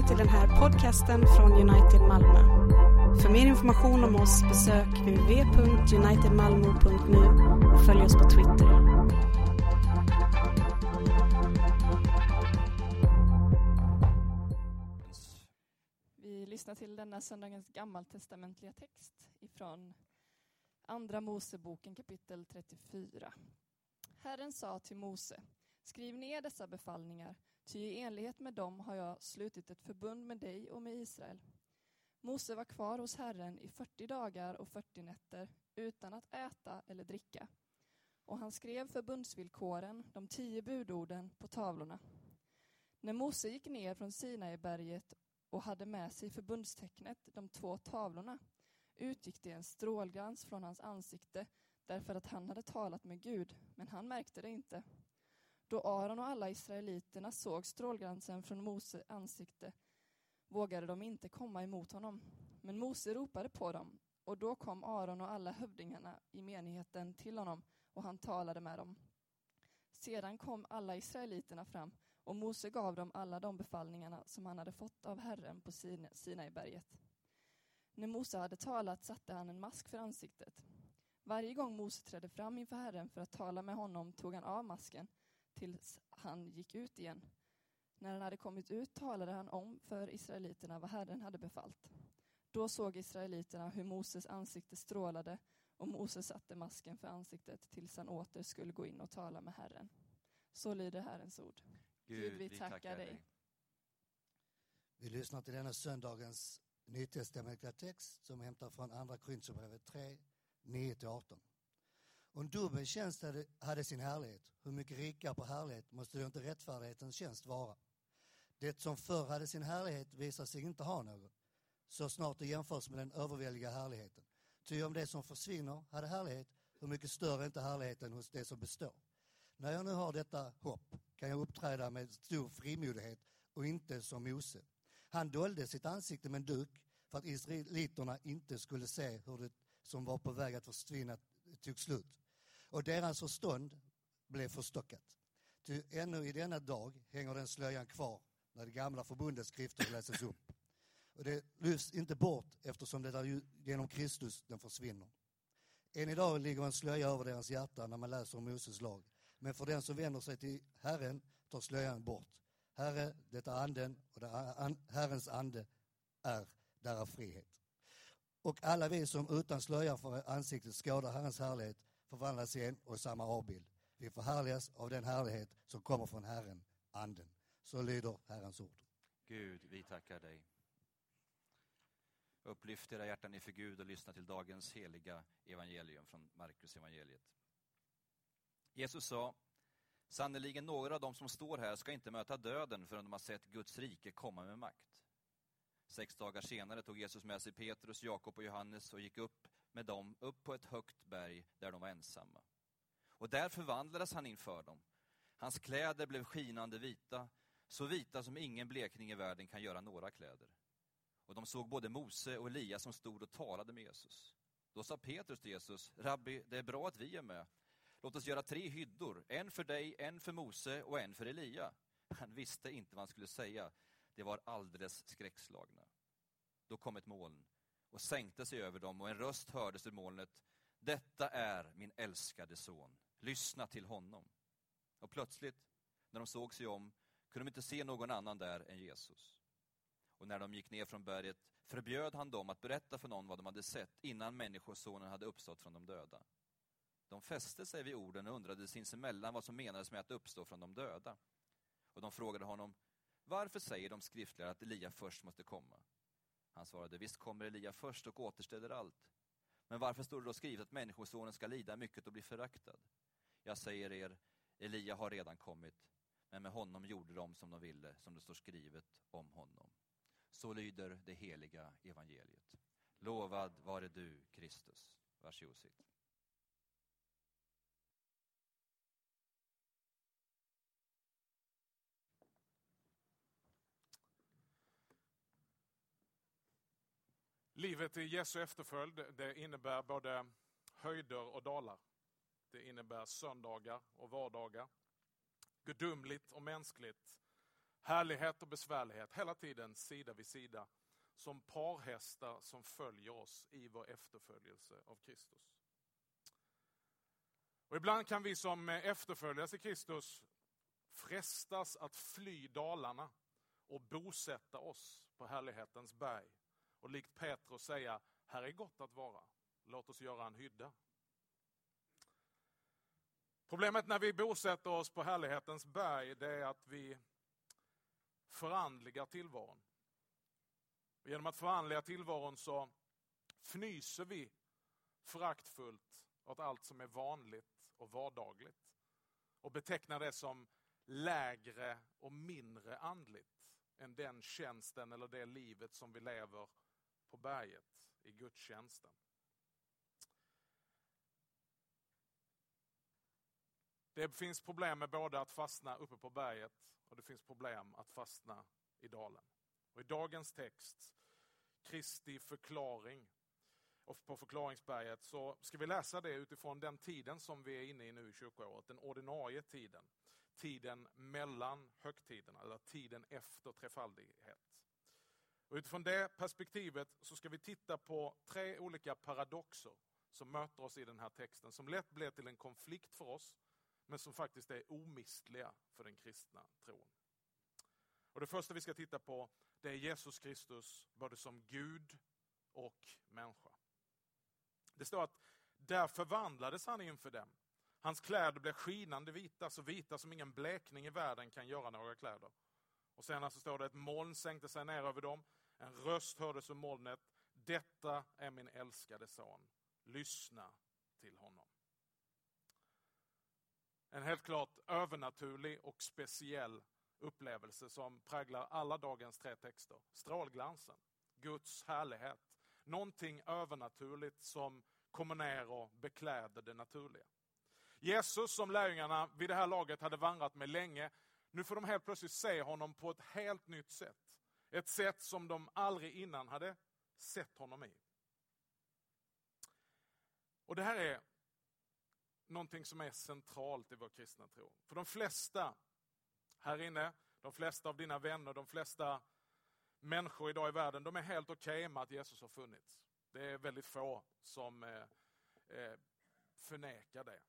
till den här podcasten från United Malmö. För mer information om oss besök www.unitedmalmo.nu och följ oss på Twitter. Vi lyssnar till denna söndagens gammaltestamentliga text ifrån Andra Moseboken kapitel 34. Herren sa till Mose: skriv ner dessa befallningar, ty i enlighet med dem har jag slutit ett förbund med dig och med Israel. Mose var kvar hos Herren i 40 dagar och 40 nätter utan att äta eller dricka. Och han skrev förbundsvillkoren, de 10 budorden, på tavlorna. När Mose gick ner från Sinaiberget och hade med sig förbundstecknet, de 2 tavlorna, utgick det en strålglans från hans ansikte därför att han hade talat med Gud, men han märkte det inte. Då Aron och alla israeliterna såg strålglansen från Mose ansikte vågade de inte komma emot honom. Men Mose ropade på dem, och då kom Aron och alla hövdingarna i menigheten till honom, och han talade med dem. Sedan kom alla israeliterna fram, och Mose gav dem alla de befallningarna som han hade fått av Herren på Sinaiberget. När Mose hade talat satte han en mask för ansiktet. Varje gång Mose trädde fram inför Herren för att tala med honom tog han av masken tills han gick ut igen. När han hade kommit ut talade han om för israeliterna vad Herren hade befallt. Då såg israeliterna hur Moses ansikte strålade, och Mose satte masken för ansiktet tills han åter skulle gå in och tala med Herren. Så lyder Herrens ord. Gud, vi tackar dig. Vi lyssnar till denna söndagens nytestamentliga text som hämtar från Andra Korinthierbrevet 3, 9-18. Om domens tjänst hade sin härlighet, hur mycket rikare på härlighet måste då inte rättfärdighetens tjänst vara? Det som förr hade sin härlighet visar sig inte ha något, så snart det jämförs med den överväldiga härligheten. Ty om det som försvinner hade härlighet, hur mycket större är inte härligheten hos det som består? När jag nu har detta hopp kan jag uppträda med stor frimodighet och inte som Mose. Han dolde sitt ansikte med en duk för att israeliterna inte skulle se hur det som var på väg att försvinna tog slut. Och deras förstånd blev förstockat. Ty ännu i denna dag hänger den slöjan kvar när det gamla förbundets skrifter läses upp. Och det lyfts inte bort eftersom det är genom Kristus den försvinner. Än idag ligger en slöja över deras hjärta när man läser om Moses lag. Men för den som vänder sig till Herren tar slöjan bort. Herre, det är anden, och Herrens ande där är frihet. Och alla vi som utan slöja för ansiktet skådar Herrens härlighet förvandlas i en och samma avbild. Vi förhärligas av den härlighet som kommer från Herren, anden. Så lyder Herrens ord. Gud, vi tackar dig. Upplyft era hjärtan inför Gud och lyssna till dagens heliga evangelium från Markus evangeliet. Jesus sa: sannoliken några av dem som står här ska inte möta döden förrän de har sett Guds rike komma med makt. 6 dagar senare tog Jesus med sig Petrus, Jakob och Johannes och gick upp med dem upp på ett högt berg där de var ensamma. Och där förvandlades han inför dem. Hans kläder blev skinande vita, så vita som ingen blekning i världen kan göra några kläder. Och de såg både Mose och Elia som stod och talade med Jesus. Då sa Petrus till Jesus: Rabbi, det är bra att vi är med. Låt oss göra 3 hyddor, en för dig, en för Mose och en för Elia. Han visste inte vad han skulle säga. Det var alldeles skräckslagna. Då kom ett moln och sänkte sig över dem, och en röst hördes ur molnet: detta är min älskade son. Lyssna till honom. Och plötsligt, när de såg sig om, kunde de inte se någon annan där än Jesus. Och när de gick ner från berget förbjöd han dem att berätta för någon vad de hade sett innan människosonen hade uppstått från de döda. De fäste sig vid orden och undrade sinsemellan vad som menades med att uppstå från de döda. Och de frågade honom: varför säger de skriftliga att Elia först måste komma? Han svarade: visst kommer Elia först och återställer allt. Men varför står det då skrivet att människosonen ska lida mycket och bli föraktad? Jag säger er, Elia har redan kommit, men med honom gjorde de som de ville, som det står skrivet om honom. Så lyder det heliga evangeliet. Lovad vare du, Kristus. Varsågod sitt. Livet i Jesu efterföljd, det innebär både höjder och dalar. Det innebär söndagar och vardagar. Gudomligt och mänskligt. Härlighet och besvärlighet, hela tiden sida vid sida. Som parhästar som följer oss i vår efterföljelse av Kristus. Och ibland kan vi som efterföljare till Kristus frestas att fly dalarna och bosätta oss på härlighetens berg. Och likt Petrus säga, här är gott att vara, låt oss göra en hydda. Problemet när vi bosätter oss på härlighetens berg, det är att vi förandligar tillvaron. Och genom att förandliga tillvaron så fnyser vi föraktfullt åt allt som är vanligt och vardagligt. Och betecknar det som lägre och mindre andligt än den tjänsten eller det livet som vi lever på berget i gudstjänsten. Det finns problem med både att fastna uppe på berget och det finns problem att fastna i dalen. Och i dagens text, Kristi förklaring och på förklaringsberget, så ska vi läsa det utifrån den tiden som vi är inne i nu i kyrkoåret, den ordinarie tiden. Tiden mellan högtiderna, eller tiden efter trefaldighet. Och utifrån det perspektivet så ska vi titta på 3 olika paradoxer som möter oss i den här texten, som lätt blir till en konflikt för oss, men som faktiskt är omistliga för den kristna tron. Och det första vi ska titta på, det är Jesus Kristus både som Gud och människa. Det står att där förvandlades han inför dem. Hans kläder blev skinande vita, så vita som ingen blekning i världen kan göra några kläder. Och sen så står det ett moln sänkte sig ner över dem. En röst hördes ur molnet. Detta är min älskade son. Lyssna till honom. En helt klart övernaturlig och speciell upplevelse som präglar alla dagens 3 texter. Strålglansen, Guds härlighet. Någonting övernaturligt som kommer ner och bekläder det naturliga. Jesus, som lärjungarna vid det här laget hade vandrat med länge, nu får de helt plötsligt se honom på ett helt nytt sätt. Ett sätt som de aldrig innan hade sett honom i. Och det här är någonting som är centralt i vår kristna tro. För de flesta här inne, de flesta av dina vänner, de flesta människor idag i världen, de är helt okej med att Jesus har funnits. Det är väldigt få som förnekar det.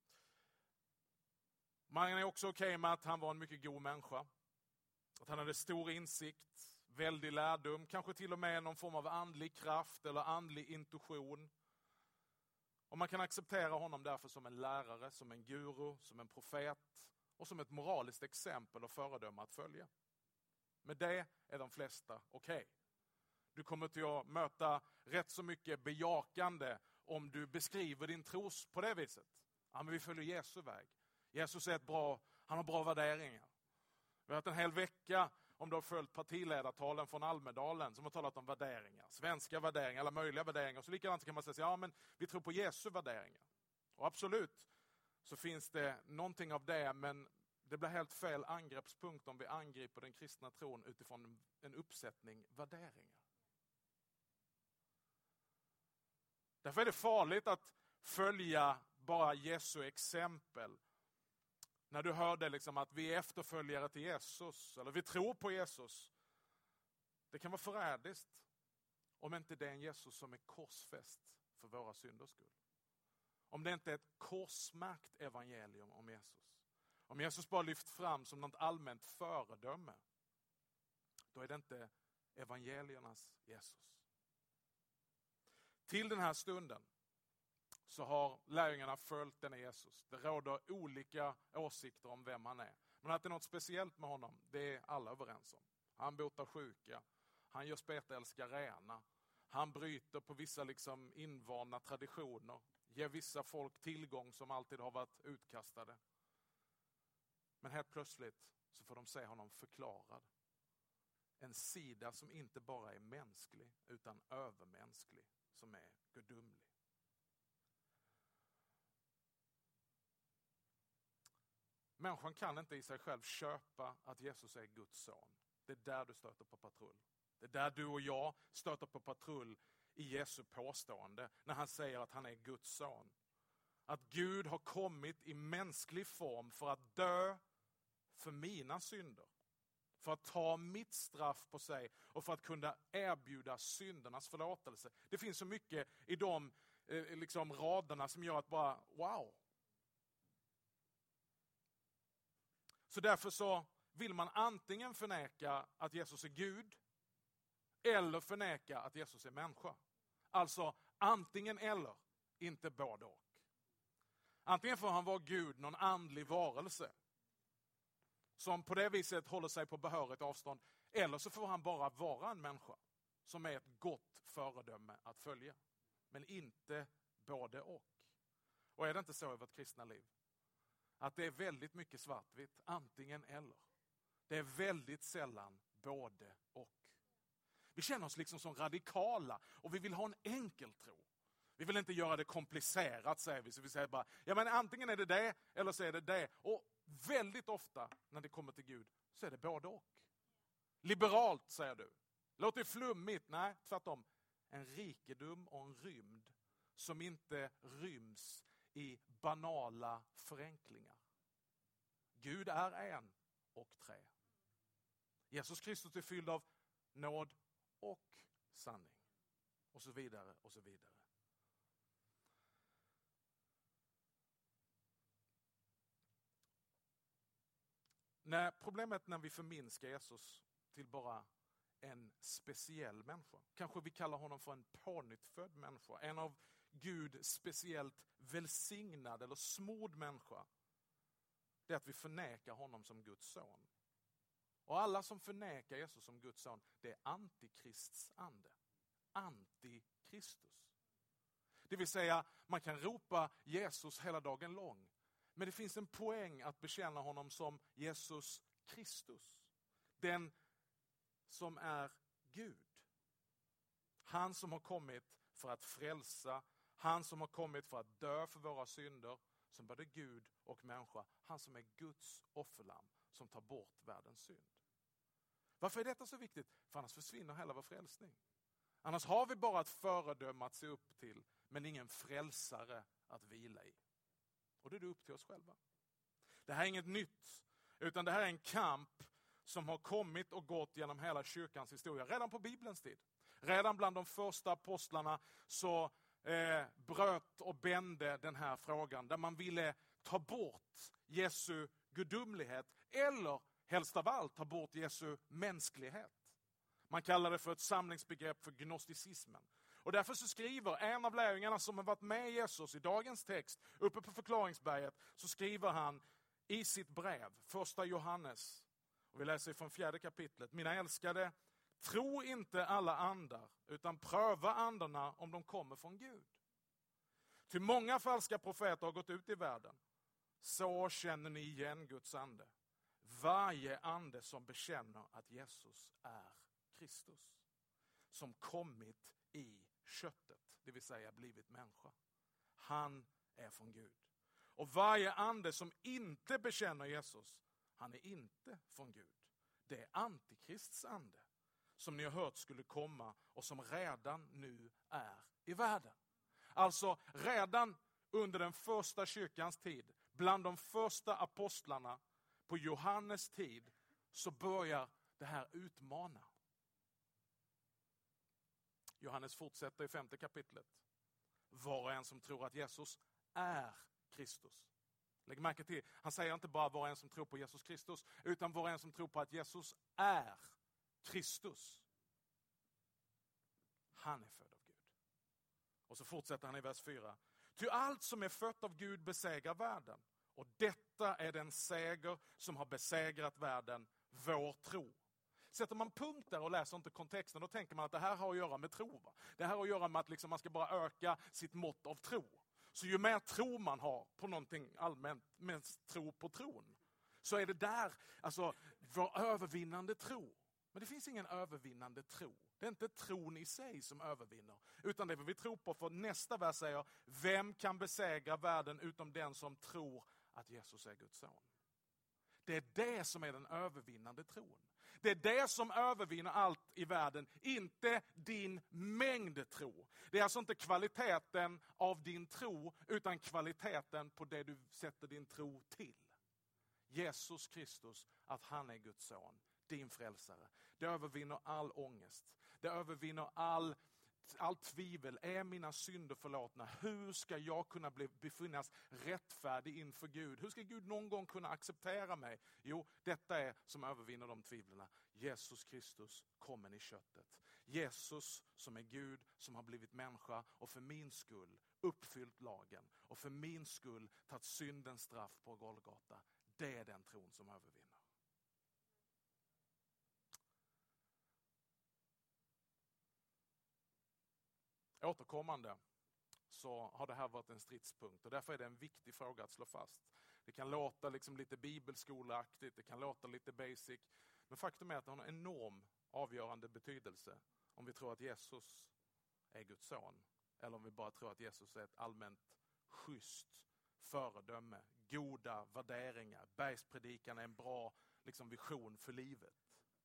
Man är också okej med att han var en mycket god människa. Att han hade stor insikt, väldig lärdom, kanske till och med någon form av andlig kraft eller andlig intuition. Och man kan acceptera honom därför som en lärare, som en guru, som en profet och som ett moraliskt exempel och föredöme att följa. Med det är de flesta okej. Du kommer till att möta rätt så mycket bejakande om du beskriver din tros på det viset. Ja, men vi följer Jesu väg. Jesus är han har bra värderingar. Vi har haft en hel vecka om du har följt partiledartalen från Almedalen som har talat om värderingar. Svenska värderingar, alla möjliga värderingar. Så likadant kan man säga, ja men vi tror på Jesu värderingar. Och absolut så finns det någonting av det, men det blir helt fel angreppspunkt om vi angriper den kristna tron utifrån en uppsättning värderingar. Därför är det farligt att följa bara Jesu exempel. När du hör det liksom att vi är efterföljare till Jesus eller vi tror på Jesus. Det kan vara förrädiskt om inte det är en Jesus som är korsfäst för våra synders skull. Om det inte är ett korsmärkt evangelium om Jesus. Om Jesus bara lyft fram som något allmänt föredöme, då är det inte evangeliernas Jesus. Till den här stunden så har lärjungarna följt denna Jesus. Det råder olika åsikter om vem han är. Men att det är något speciellt med honom, det är alla överens om. Han botar sjuka, han gör spetälska rena, han bryter på vissa invana traditioner, ger vissa folk tillgång som alltid har varit utkastade. Men helt plötsligt så får de se honom förklarad. En sida som inte bara är mänsklig utan övermänsklig, som är gudomlig. Människan kan inte i sig själv köpa att Jesus är Guds son. Det är där du stöter på patrull. Det är där du och jag stöter på patrull i Jesu påstående när han säger att han är Guds son. Att Gud har kommit i mänsklig form för att dö för mina synder. för att ta mitt straff på sig och för att kunna erbjuda syndernas förlåtelse. Det finns så mycket i de raderna som gör att bara, wow. Så därför så vill man antingen förneka att Jesus är Gud eller förneka att Jesus är människa. Alltså antingen eller, inte både och. Antingen får han vara Gud, någon andlig varelse som på det viset håller sig på behörigt avstånd, eller så får han bara vara en människa som är ett gott föredöme att följa. Men inte både och. Och är det inte så i vårt kristna liv? Att det är väldigt mycket svartvitt, antingen eller. Det är väldigt sällan både och. Vi känner oss liksom som radikala och vi vill ha en enkel tro. Vi vill inte göra det komplicerat, säger vi. Så vi säger bara, ja men antingen är det eller så är det det. Och väldigt ofta när det kommer till Gud så är det både och. Liberalt, säger du. Låter flummigt. Nej, tvärtom. En rikedom och en rymd som inte ryms i banala förenklingar. Gud är en och tre. Jesus Kristus är fylld av nåd och sanning. Och så vidare och så vidare. Problemet när vi förminskar Jesus till bara en speciell människa. Kanske vi kallar honom för en pånyttfödd människa. En av Gud speciellt välsignad eller smord människa. Det är att vi förnekar honom som Guds son. Och alla som förnekar Jesus som Guds son, det är antikrists ande. Antikristus. Det vill säga, man kan ropa Jesus hela dagen lång. Men det finns en poäng att bekänna honom som Jesus Kristus. Den som är Gud. Han som har kommit för att frälsa. Han som har kommit för att dö för våra synder. Som både Gud och människa. Han som är Guds offerlamm som tar bort världens synd. Varför är detta så viktigt? För annars försvinner hela vår frälsning. Annars har vi bara ett föredöme att se upp till. Men ingen frälsare att vila i. Och det är upp till oss själva. Det här är inget nytt. Utan det här är en kamp som har kommit och gått genom hela kyrkans historia. Redan på Bibelns tid. Redan bland de första apostlarna så bröt och bände den här frågan. Där man ville ta bort Jesu gudomlighet. Eller helst av allt ta bort Jesu mänsklighet. Man kallar det för ett samlingsbegrepp för gnosticismen. Och därför så skriver en av lärjungarna som har varit med Jesus i dagens text uppe på förklaringsberget, så skriver han i sitt brev, 1 Johannes, och vi läser från 4 kapitlet. Mina älskade, tro inte alla andar, utan pröva andarna om de kommer från Gud. Till många falska profeter har gått ut i världen. Så känner ni igen Guds ande. Varje ande som bekänner att Jesus är Kristus. Som kommit i köttet, det vill säga blivit människa. Han är från Gud. Och varje ande som inte bekänner Jesus, han är inte från Gud. Det är antikrists ande som ni har hört skulle komma och som redan nu är i världen. Alltså redan under den första kyrkans tid, bland de första apostlarna på Johannes tid, så börjar det här utmana. Johannes fortsätter i 5 kapitlet. Var och en som tror att Jesus är Kristus. Lägg märke till, han säger inte bara var och en som tror på Jesus Kristus, utan var och en som tror på att Jesus är Kristus. Han är född av Gud. Och så fortsätter han i vers 4. Ty allt som är fött av Gud besegrar världen. Och detta är den seger som har besegrat världen, vår tro. Sätter man punkt där och läser inte kontexten, då tänker man att det här har att göra med tro. Va? Det här har att göra med att man ska bara öka sitt mått av tro. Så ju mer tro man har på någonting allmänt, mest tro på tron, så är det där alltså vår övervinnande tro. Men det finns ingen övervinnande tro. Det är inte tron i sig som övervinner, utan det är vad vi tror på. För nästa vers säger, vem kan besegra världen utom den som tror att Jesus är Guds son? Det är det som är den övervinnande tron. Det är det som övervinner allt i världen, inte din mängd tro. Det är alltså inte kvaliteten av din tro, utan kvaliteten på det du sätter din tro till. Jesus Kristus, att han är Guds son. din frälsare. Det övervinner all ångest. Det övervinner allt tvivel. Är mina synder förlåtna? Hur ska jag kunna befinnas rättfärdig inför Gud? Hur ska Gud någon gång kunna acceptera mig? Jo, detta är som övervinner de tvivlarna. Jesus Kristus kommen i köttet. Jesus som är Gud, som har blivit människa och för min skull uppfyllt lagen. Och för min skull tagit syndens straff på Golgata. Det är den tron som övervinner. Återkommande så har det här varit en stridspunkt och därför är det en viktig fråga att slå fast. Det kan låta liksom lite bibelskoleaktigt, det kan låta lite basic, men faktum är att det har en enorm avgörande betydelse om vi tror att Jesus är Guds son eller om vi bara tror att Jesus är ett allmänt schysst föredöme, goda värderingar. Bergspredikan är en bra vision för livet.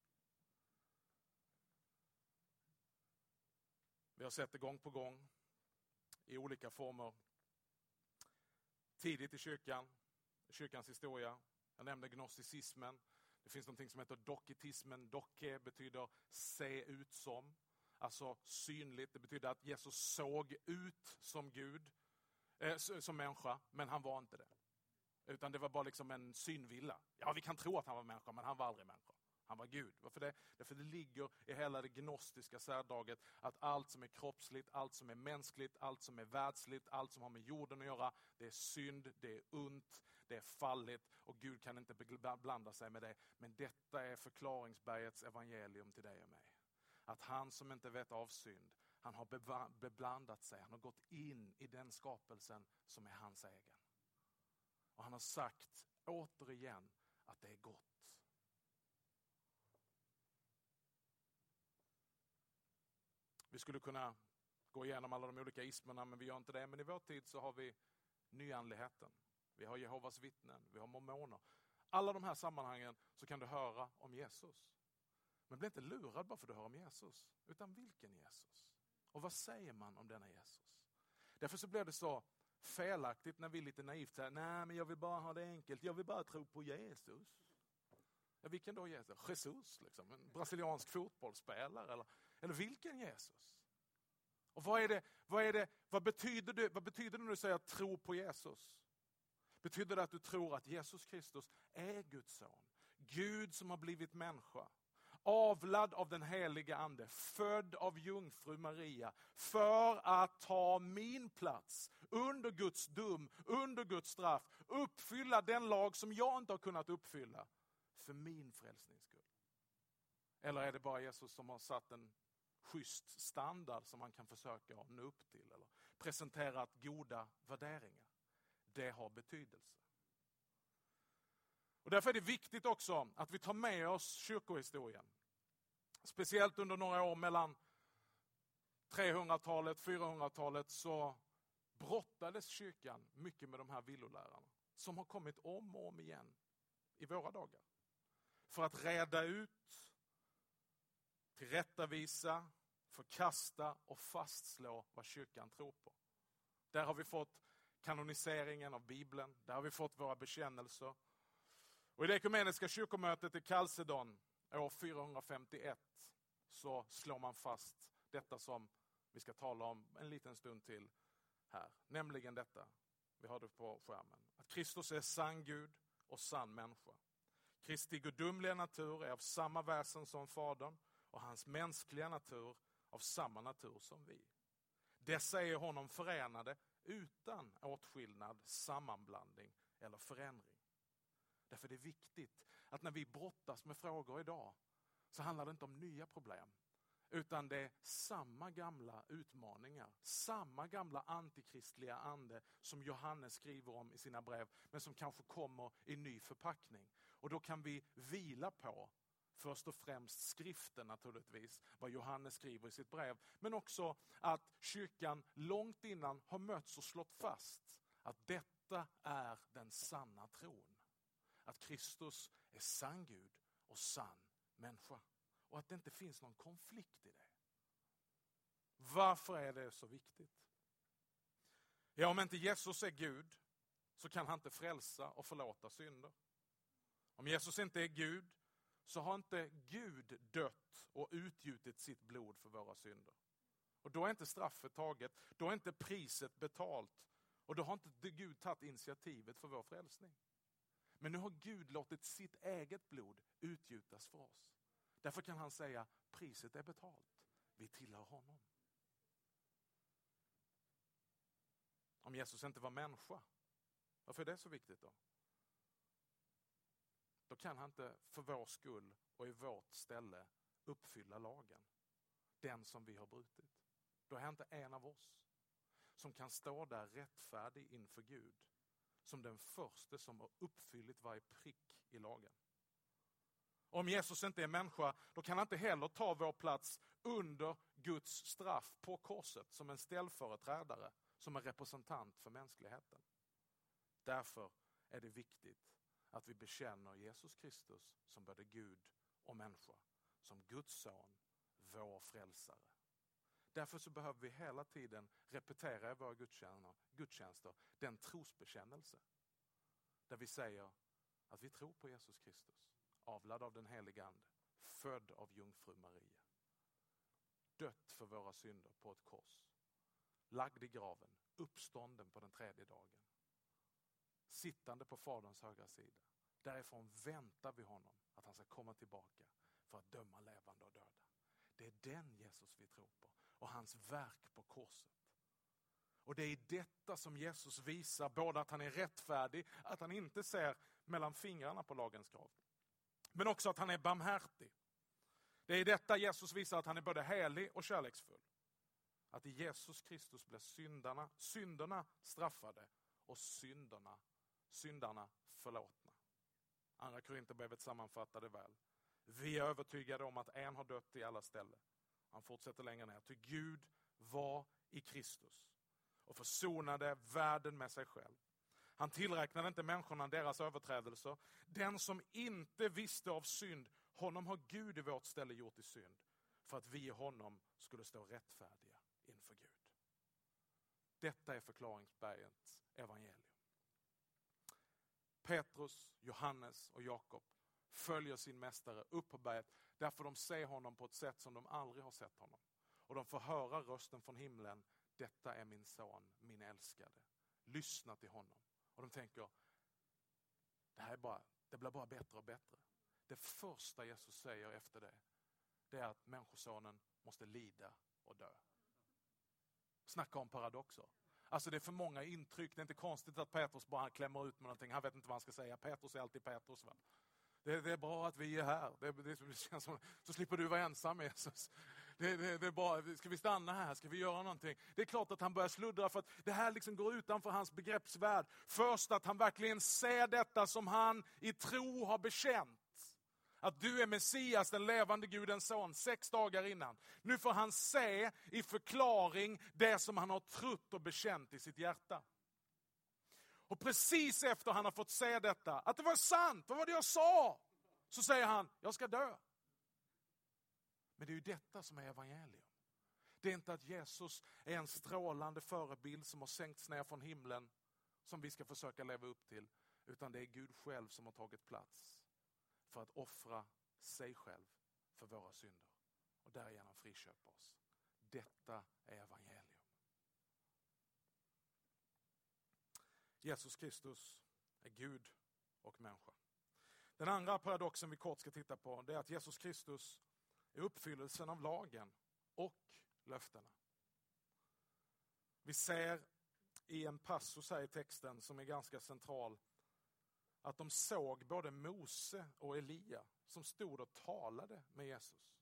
Vi har sett det gång på gång i olika former. Tidigt i kyrkans historia. Jag nämnde gnosticismen. Det finns något som heter doketismen. Doke betyder se ut som. Alltså synligt. Det betyder att Jesus såg ut som Gud. Som människa. Men han var inte det. Utan det var bara en synvilla. Ja, vi kan tro att han var människa, men han var aldrig människa. Han var Gud. Varför det? Därför det ligger i hela det gnostiska särdraget att allt som är kroppsligt, allt som är mänskligt, allt som är världsligt, allt som har med jorden att göra, det är synd, det är ont, det är falligt och Gud kan inte blanda sig med det. Men detta är förklaringsbergets evangelium till dig och mig. Att han som inte vet av synd, han har beblandat sig, han har gått in i den skapelsen som är hans egen. Och han har sagt återigen att det är gott. Vi skulle kunna gå igenom alla de olika ismerna, men vi gör inte det. Men i vår tid så har vi nyandligheten. Vi har Jehovas vittnen, vi har mormoner. Alla de här sammanhangen så kan du höra om Jesus. Men bli inte lurad bara för att du hör om Jesus. Utan vilken Jesus? Och vad säger man om denna Jesus? Därför så blir det så felaktigt när vi lite naivt säger nej, men jag vill bara ha det enkelt. Jag vill bara tro på Jesus. Ja, vilken då Jesus? Jesus, en brasiliansk fotbollsspelare eller vilken Jesus? Och vad betyder det när du säger att tro på Jesus? Betyder det att du tror att Jesus Kristus är Guds son? Gud som har blivit människa. Avlad av den heliga ande, född av jungfru Maria för att ta min plats under Guds dom, under Guds straff, uppfylla den lag som jag inte har kunnat uppfylla för min frälsnings skull. Eller är det bara Jesus som har satt en schysst standard som man kan försöka nå upp till eller presenterat goda värderingar? Det har betydelse. Och därför är det viktigt också att vi tar med oss kyrkohistorien. Speciellt under några år mellan 300-talet och 400-talet så brottades kyrkan mycket med de här villolärarna. Som har kommit om och om igen i våra dagar. För att reda ut, tillrättavisa, förkasta och fastslå vad kyrkan tror på. Där har vi fått kanoniseringen av Bibeln. Där har vi fått våra bekännelser. Och i det ekumeniska kyrkomötet i Chalcedon år 451 så slår man fast detta som vi ska tala om en liten stund till här. Nämligen detta, vi har det på skärmen. Att Kristus är sann Gud och sann människa. Kristi gudomliga natur är av samma väsen som Fadern och hans mänskliga natur av samma natur som vi. Dessa är honom förenade utan åtskillnad, sammanblandning eller förändring. Därför är det viktigt att när vi brottas med frågor idag så handlar det inte om nya problem. Utan det är samma gamla utmaningar, samma gamla antikristliga ande som Johannes skriver om i sina brev, men som kanske kommer i ny förpackning. Och då kan vi vila på först och främst skriften naturligtvis, vad Johannes skriver i sitt brev, men också att kyrkan långt innan har mötts och slått fast att detta är den sanna tron. Att Kristus är sann Gud och sann människa. Och att det inte finns någon konflikt i det. Varför är det så viktigt? Ja, om inte Jesus är Gud så kan han inte frälsa och förlåta synder. Om Jesus inte är Gud så har inte Gud dött och utgjutit sitt blod för våra synder. Och då är inte straffet taget, då är inte priset betalt. Och då har inte Gud tagit initiativet för vår frälsning. Men nu har Gud låtit sitt eget blod utgjutas för oss. Därför kan han säga, priset är betalt. Vi tillhör honom. Om Jesus inte var människa, varför är det så viktigt då? Då kan han inte för vår skull och i vårt ställe uppfylla lagen. Den som vi har brutit. Då är han inte en av oss som kan stå där rättfärdig inför Gud som den första som har uppfyllt varje prick i lagen. Om Jesus inte är människa, då kan han inte heller ta vår plats under Guds straff på korset som en ställföreträdare, som en representant för mänskligheten. Därför är det viktigt att vi bekänner Jesus Kristus som både Gud och människa, som Guds son, vår frälsare. Därför så behöver vi hela tiden repetera i våra gudstjänster den trosbekännelse där vi säger att vi tror på Jesus Kristus, avlad av den helige ande, född av jungfru Maria, dött för våra synder på ett kors, lagd i graven, uppstånden på den 3:e dagen, sittande på Faderns högra sida. Därifrån väntar vi honom att han ska komma tillbaka för att döma levande och döda. Det är den Jesus vi tror på och hans verk på korset. Och det är i detta som Jesus visar både att han är rättfärdig, att han inte ser mellan fingrarna på lagens krav, men också att han är barmhärtig. Det är i detta Jesus visar att han är både helig och kärleksfull. Att i Jesus Kristus blir synderna straffade och syndarna förlåtna. Andra Korinthierbrevet sammanfattar det väl. Vi är övertygade om att en har dött i alla ställen. Han fortsätter längre ner. Till Gud var i Kristus och försonade världen med sig själv. Han tillräknade inte människorna deras överträdelser. Den som inte visste av synd, honom har Gud i vårt ställe gjort i synd. För att vi i honom skulle stå rättfärdiga inför Gud. Detta är förklaringsbergets evangelium. Petrus, Johannes och Jakob följer sin mästare upp på berget därför de ser honom på ett sätt som de aldrig har sett honom. Och de får höra rösten från himlen. Detta är min son, min älskade. Lyssna till honom. Och de tänker, det blir bara bättre och bättre. Det första Jesus säger efter det är att människosonen måste lida och dö. Snacka om paradoxer. Alltså det är för många intryck. Det är inte konstigt att Petrus bara klämmer ut med någonting. Han vet inte vad han ska säga. Petrus är alltid Petrus, va? Det är bra att vi är här. Det känns som, så slipper du vara ensam med Jesus. Det är bra. Ska vi stanna här? Ska vi göra någonting? Det är klart att han börjar sluddra för att det här liksom går utanför hans begreppsvärld. Först att han verkligen ser detta som han i tro har bekänt. Att du är Messias, den levande Gudens son, 6 dagar innan. Nu får han se i förklaring det som han har trott och bekänt i sitt hjärta. Och precis efter han har fått se detta, att det var sant, vad var det jag sa? Så säger han, jag ska dö. Men det är ju detta som är evangelium. Det är inte att Jesus är en strålande förebild som har sänkts ner från himlen som vi ska försöka leva upp till. Utan det är Gud själv som har tagit plats för att offra sig själv för våra synder. Och därigenom friköpa oss. Detta är evangelium. Jesus Kristus är Gud och människa. Den andra paradoxen vi kort ska titta på, det är att Jesus Kristus är uppfyllelsen av lagen och löftena. Vi ser i en passus här i texten som är ganska central att de såg både Mose och Elia som stod och talade med Jesus.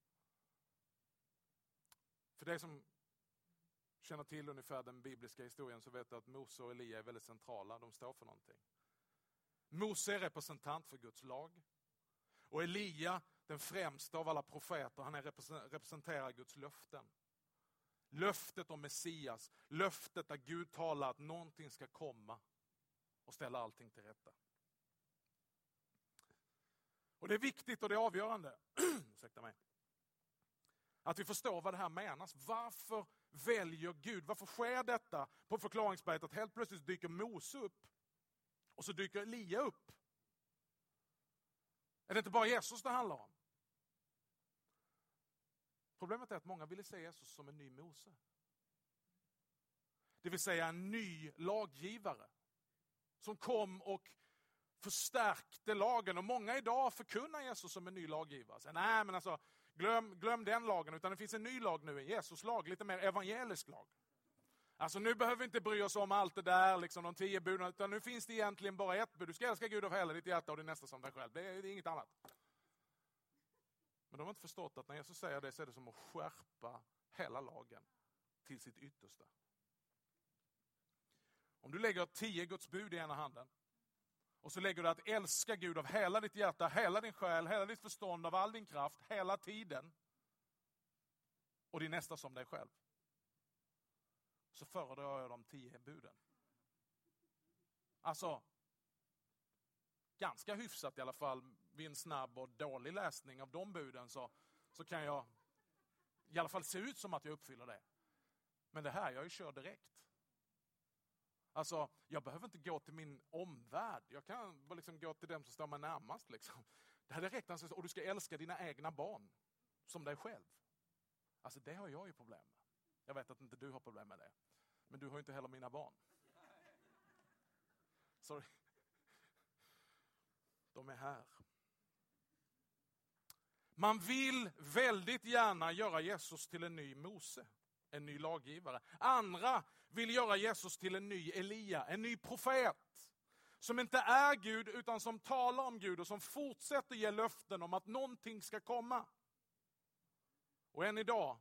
För dig som känner till ungefär den bibliska historien så vet du att Mose och Elia är väldigt centrala. De står för någonting. Mose är representant för Guds lag. Och Elia, den främsta av alla profeter, han representerar Guds löften. Löftet om Messias. Löftet där Gud talar att någonting ska komma och ställa allting till rätta. Och det är viktigt och det är avgörande ursäkta mig, att vi förstår vad det här menas. Varför väljer Gud? Varför sker detta på förklaringsberget att helt plötsligt dyker Mose upp och så dyker Elia upp? Är det inte bara Jesus det handlar om? Problemet är att många ville se Jesus som en ny Mose. Det vill säga en ny laggivare som kom och förstärkte lagen. Och många idag förkunnar Jesus som en ny laggivare. Så, nej, men alltså, glöm den lagen, utan det finns en ny lag nu, en Jesus lag, lite mer evangelisk lag. Alltså nu behöver vi inte bry oss om allt det där, liksom de 10 buden, utan nu finns det egentligen bara ett bud. Du ska älska Gud av hela ditt hjärta och din nästa som dig själv. Det är inget annat. Men de har inte förstått att när Jesus säger det så är det som att skärpa hela lagen till sitt yttersta. Om du lägger 10 Guds bud i ena handen och så lägger du att älska Gud av hela ditt hjärta, hela din själ, hela ditt förstånd, av all din kraft, hela tiden och din nästa som dig själv, så föredrar jag de 10 buden. Alltså, ganska hyfsat i alla fall vid en snabb och dålig läsning av de buden så kan jag i alla fall se ut som att jag uppfyller det. Men det här, jag kör direkt. Alltså, jag behöver inte gå till min omvärld. Jag kan bara liksom gå till dem som står mig närmast. Liksom. Det här är direkt, alltså, och du ska älska dina egna barn som dig själv. Alltså, det har jag ju problem med. Jag vet att inte du har problem med det. Men du har ju inte heller mina barn. Sorry. De är här. Man vill väldigt gärna göra Jesus till en ny Mose. En ny laggivare. Andra vill göra Jesus till en ny Elia, en ny profet. Som inte är Gud utan som talar om Gud och som fortsätter ge löften om att någonting ska komma. Och än idag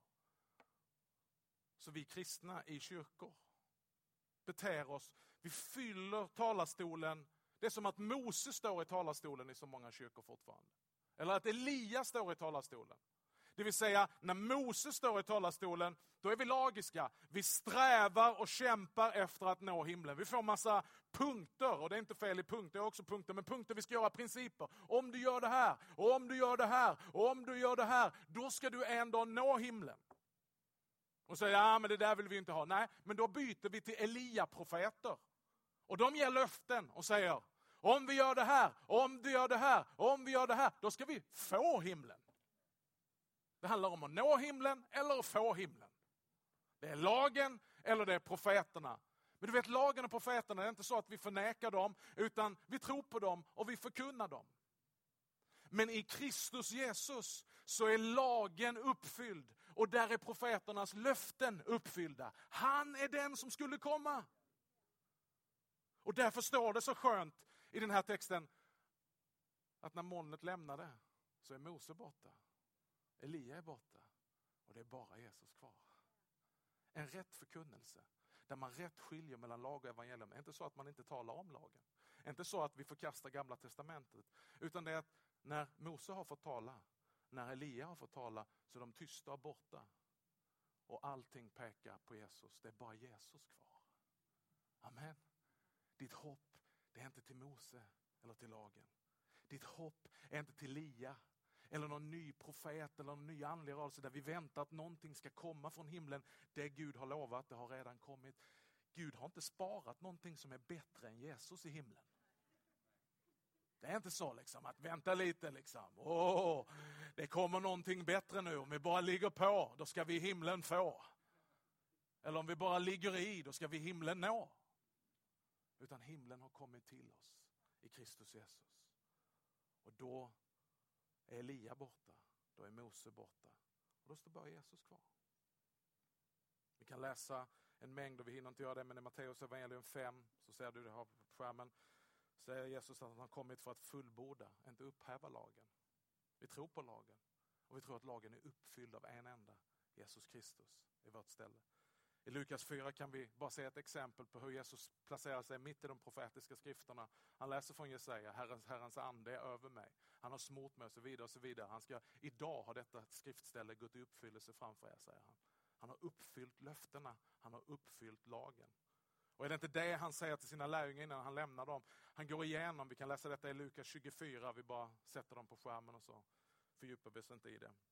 så vi kristna i kyrkor beter oss, vi fyller talarstolen. Det är som att Mose står i talarstolen i så många kyrkor fortfarande. Eller att Elia står i talarstolen. Det vill säga, när Mose står i talarstolen, då är vi lagiska. Vi strävar och kämpar efter att nå himlen. Vi får massa punkter, och det är inte fel i punkter, det är också punkter, men punkter vi ska göra principer. Om du gör det här, och om du gör det här, och om du gör det här, då ska du en dag nå himlen. Och säger, ja men det där vill vi inte ha. Nej, men då byter vi till Elia-profeter. Och de ger löften och säger, om vi gör det här, om du gör det här, om vi gör det här, då ska vi få himlen. Det handlar om att nå himlen eller att få himlen. Det är lagen eller det är profeterna. Men du vet, lagen och profeterna, det är inte så att vi förnekar dem, utan vi tror på dem och vi förkunnar dem. Men i Kristus Jesus så är lagen uppfylld och där är profeternas löften uppfyllda. Han är den som skulle komma. Och därför står det så skönt i den här texten att när molnet lämnade så är Mose borta. Elia är borta och det är bara Jesus kvar. En rätt förkunnelse där man rätt skiljer mellan lag och evangelium. Det är inte så att man inte talar om lagen. Det är inte så att vi förkastar gamla testamentet. Utan det är att när Mose har fått tala, när Elia har fått tala, så är de tysta och borta. Och allting pekar på Jesus. Det är bara Jesus kvar. Amen. Ditt hopp, det är inte till Mose eller till lagen. Ditt hopp är inte till Elia eller någon ny profet eller någon ny andlig rörelse där vi väntar att någonting ska komma från himlen. Det Gud har lovat, det har redan kommit. Gud har inte sparat någonting som är bättre än Jesus i himlen. Det är inte så liksom att vänta lite liksom. Det kommer någonting bättre nu. Om vi bara ligger på, då ska vi himlen få. Eller om vi bara ligger i, då ska vi himlen nå. Utan himlen har kommit till oss i Kristus Jesus. Och då är Elia borta. Då är Mose borta. Och då står bara Jesus kvar. Vi kan läsa en mängd, och vi hinner inte göra det, men i Matteus evangelium 5 så ser du det här på skärmen. Säger Jesus att han har kommit för att fullborda, inte upphäva lagen. Vi tror på lagen. Och vi tror att lagen är uppfylld av en enda, Jesus Kristus, i vårt ställe. I Lukas 4 kan vi bara se ett exempel på hur Jesus placerar sig mitt i de profetiska skrifterna. Han läser från Jesaja, Herrens ande är över mig. Han har smort mig och så vidare och så vidare. Han ska, idag har detta skriftställe gått i uppfyllelse framför er, säger han. Han har uppfyllt löftena, han har uppfyllt lagen. Och är det inte det han säger till sina lärjungar innan han lämnar dem? Han går igenom, vi kan läsa detta i Lukas 24, vi bara sätter dem på skärmen och så fördjupar vi oss inte i det.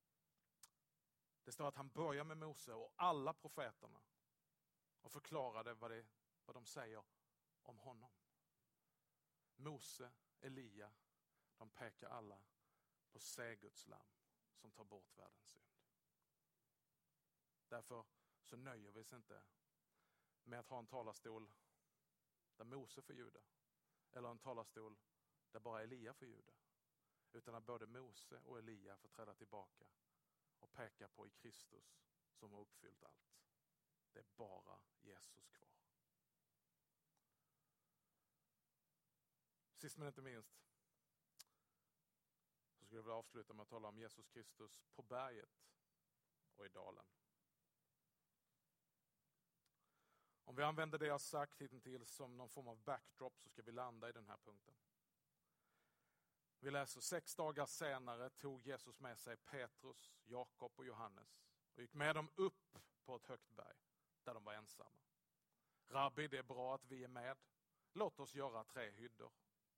Det står att han börjar med Mose och alla profeterna och förklarade vad de säger om honom. Mose, Elia, de pekar alla på Guds lamm som tar bort världens synd. Därför så nöjer vi oss inte med att ha en talarstol där Mose får ljuda. Eller en talarstol där bara Elia får ljuda. Utan att både Mose och Elia får träda tillbaka och peka på i Kristus som har uppfyllt allt. Det är bara Jesus kvar. Sist men inte minst så skulle jag vilja avsluta med att tala om Jesus Kristus på berget och i dalen. Om vi använder det jag sagt hittills som någon form av backdrop så ska vi landa i den här punkten. Vi läser 6 dagar senare tog Jesus med sig Petrus, Jakob och Johannes och gick med dem upp på ett högt berg där de var ensamma. Rabbi, det är bra att vi är med. Låt oss göra 3 hyddor.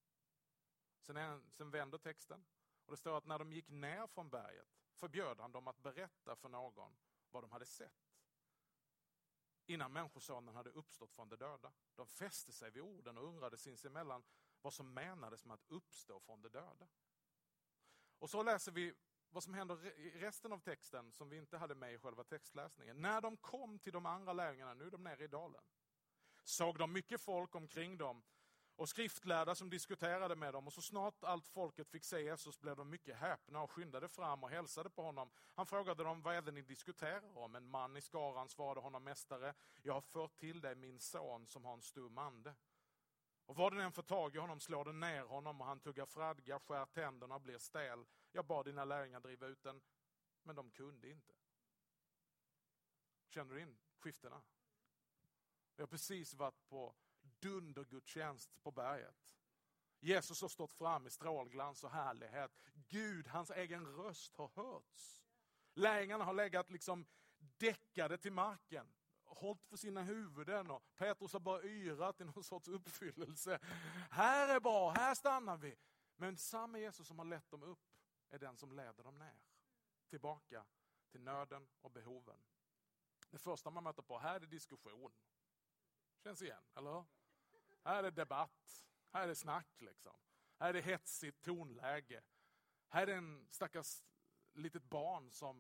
Sen vänder texten och det står att när de gick ner från berget förbjöd han dem att berätta för någon vad de hade sett. Innan människosonen hade uppstått från de döda. De fäste sig vid orden och undrade sinsemellan vad som menades med att uppstå från de döda. Och så läser vi vad som händer i resten av texten som vi inte hade med i själva textläsningen. När de kom till de andra lärjungarna, nu är de nere i dalen, såg de mycket folk omkring dem och skriftlärda som diskuterade med dem. Och så snart allt folket fick se Jesus blev de mycket häpna och skyndade fram och hälsade på honom. Han frågade dem, vad är det ni diskuterar om? En man i skaran svarade honom, mästare, jag har fört till dig min son som har en stum ande. Och vad den än får tag i honom slår den ner honom och han tuggar fradga, skär tänderna och blir stel. Jag bad dina lärjungar driva ut den, men de kunde inte. Känner du in skiftena? Vi har precis varit på dundergudstjänst på berget. Jesus har stått fram i strålglans och härlighet. Gud, hans egen röst har hörts. Lärjungarna har legat liksom däckade till marken. Hållt för sina huvuden och Petrus har bara yrat i någon sorts uppfyllelse. Här är bra, här stannar vi. Men samma Jesus som har lett dem upp är den som leder dem ner. Tillbaka till nöden och behoven. Det första man möter på, här är det diskussion. Känns igen, eller? Här är det debatt. Här är det snack liksom. Här är det hetsigt tonläge. Här är det en stackars litet barn som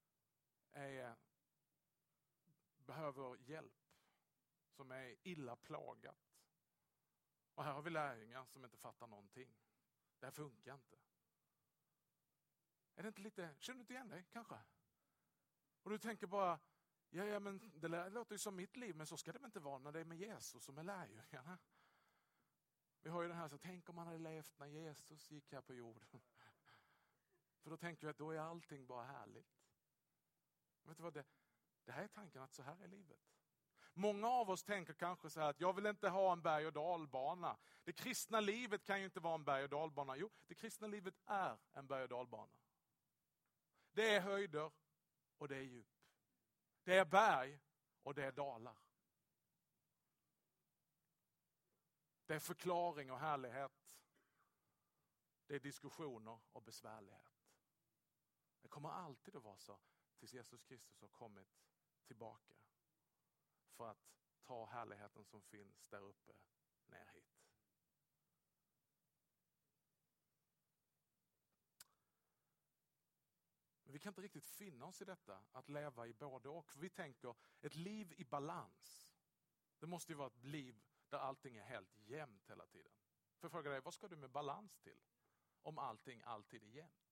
behöver hjälp. Som är illa plagat. Och här har vi lärjungar som inte fattar någonting. Det här funkar inte. Är det inte lite, känner du inte igen dig kanske? Och du tänker bara, ja men det låter ju som mitt liv, men så ska det inte vara när det är med Jesus som är lärjungarna. Vi har ju den här, så tänk om man hade levt när Jesus gick här på jorden. För då tänker vi att då är allting bara härligt. Vet du vad, det här är tanken att så här är livet. Många av oss tänker kanske så här att jag vill inte ha en berg- och dalbana. Det kristna livet kan ju inte vara en berg- och dalbana. Jo, det kristna livet är en berg- och dalbana. Det är höjder och det är djup. Det är berg och det är dalar. Det är förklaring och härlighet. Det är diskussioner och besvärlighet. Det kommer alltid att vara så tills Jesus Kristus har kommit tillbaka. För att ta härligheten som finns där uppe ner hit. Men vi kan inte riktigt finna oss i detta, att leva i både och. För vi tänker, ett liv i balans. Det måste ju vara ett liv där allting är helt jämnt hela tiden. För jag frågar dig, vad ska du med balans till? Om allting alltid är jämnt.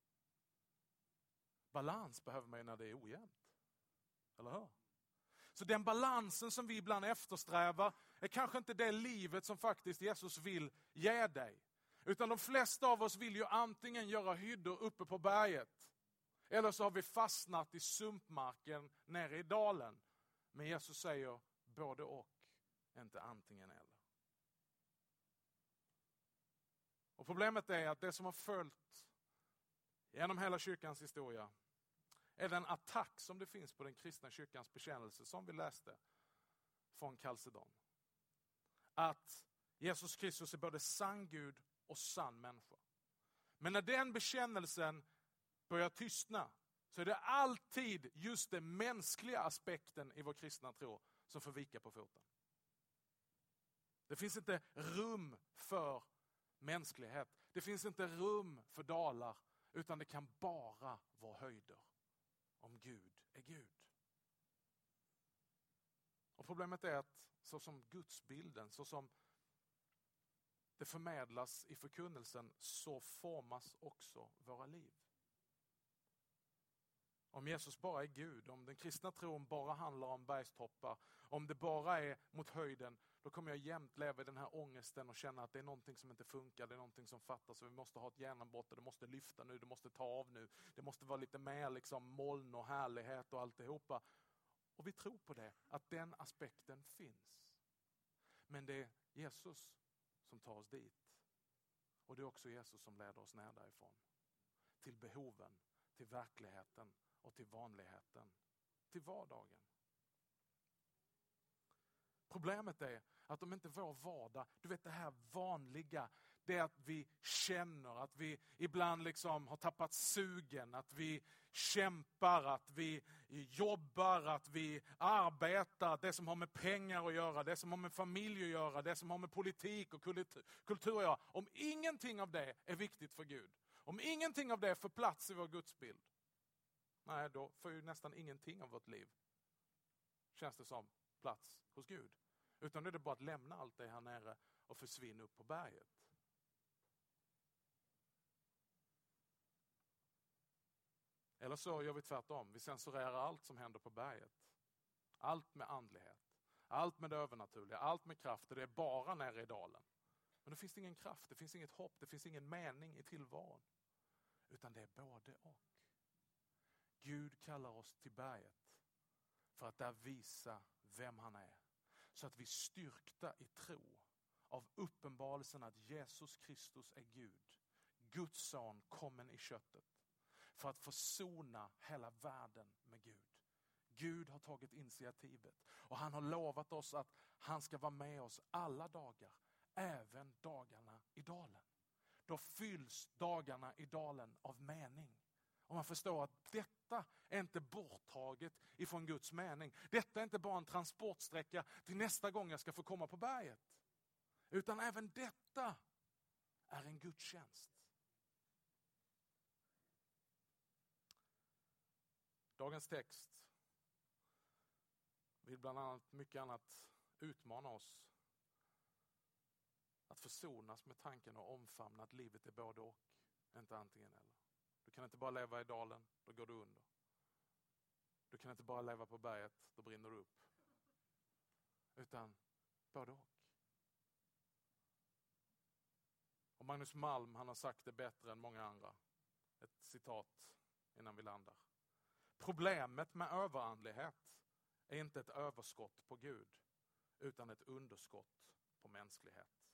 Balans behöver man ju när det är ojämnt. Eller hur? Så den balansen som vi ibland eftersträvar är kanske inte det livet som faktiskt Jesus vill ge dig. Utan de flesta av oss vill ju antingen göra hyddor uppe på berget. Eller så har vi fastnat i sumpmarken nere i dalen. Men Jesus säger både och, inte antingen eller. Och problemet är att det som har följt genom hela kyrkans historia är den attack som det finns på den kristna kyrkans bekännelse som vi läste från Kalsedon. Att Jesus Kristus är både sann Gud och sann människa. Men när den bekännelsen börjar tystna så är det alltid just den mänskliga aspekten i vår kristna tro som får vika på foten. Det finns inte rum för mänsklighet. Det finns inte rum för dalar, utan det kan bara vara höjder. Om Gud är Gud. Och problemet är att så som gudsbilden, så som det förmedlas i förkunnelsen, så formas också våra liv. Om Jesus bara är Gud, om den kristna tron bara handlar om bergstoppar, om det bara är mot höjden, då kommer jag jämt leva i den här ångesten och känna att det är någonting som inte funkar, det är någonting som fattas och vi måste ha ett genombrott och det måste lyfta nu, det måste ta av nu, det måste vara lite mer liksom moln och härlighet och alltihopa. Och vi tror på det, att den aspekten finns. Men det är Jesus som tar oss dit. Och det är också Jesus som leder oss ner därifrån. Till behoven, till verkligheten och till vanligheten. Till vardagen. Problemet är att om inte vår vardag, du vet det här vanliga, det är att vi känner att vi ibland liksom har tappat sugen, att vi kämpar, att vi jobbar, att vi arbetar, det som har med pengar att göra, det som har med familj att göra, det som har med politik och kultur att göra. Om ingenting av det är viktigt för Gud, om ingenting av det får plats i vår gudsbild, nej, då får ju nästan ingenting av vårt liv, känns det som, plats hos Gud. Utan det är bara att lämna allt det här nere och försvinna upp på berget. Eller så gör vi tvärtom. Vi censurerar allt som händer på berget. Allt med andlighet. Allt med det övernaturliga. Allt med kraft. Det är bara nere i dalen. Men det finns ingen kraft. Det finns inget hopp. Det finns ingen mening i tillvaron. Utan det är både och. Gud kallar oss till berget. För att där visa vem han är. Så att vi styrkta i tro av uppenbarelsen att Jesus Kristus är Gud. Guds son kommen i köttet. För att försona hela världen med Gud. Gud har tagit initiativet. Och han har lovat oss att han ska vara med oss alla dagar. Även dagarna i dalen. Då fylls dagarna i dalen av mening. Och man förstår att detta är inte borttaget ifrån Guds mening. Detta är inte bara en transportsträcka till nästa gång jag ska få komma på berget. Utan även detta är en gudstjänst. Dagens text vill bland annat mycket annat utmana oss att försonas med tanken och omfamna att livet är både och, inte antingen eller. Du kan inte bara leva i dalen, då går du under. Du kan inte bara leva på berget, då brinner du upp. Utan både och. Och Magnus Malm, han har sagt det bättre än många andra. Ett citat innan vi landar. Problemet med överandlighet är inte ett överskott på Gud, utan ett underskott på mänsklighet.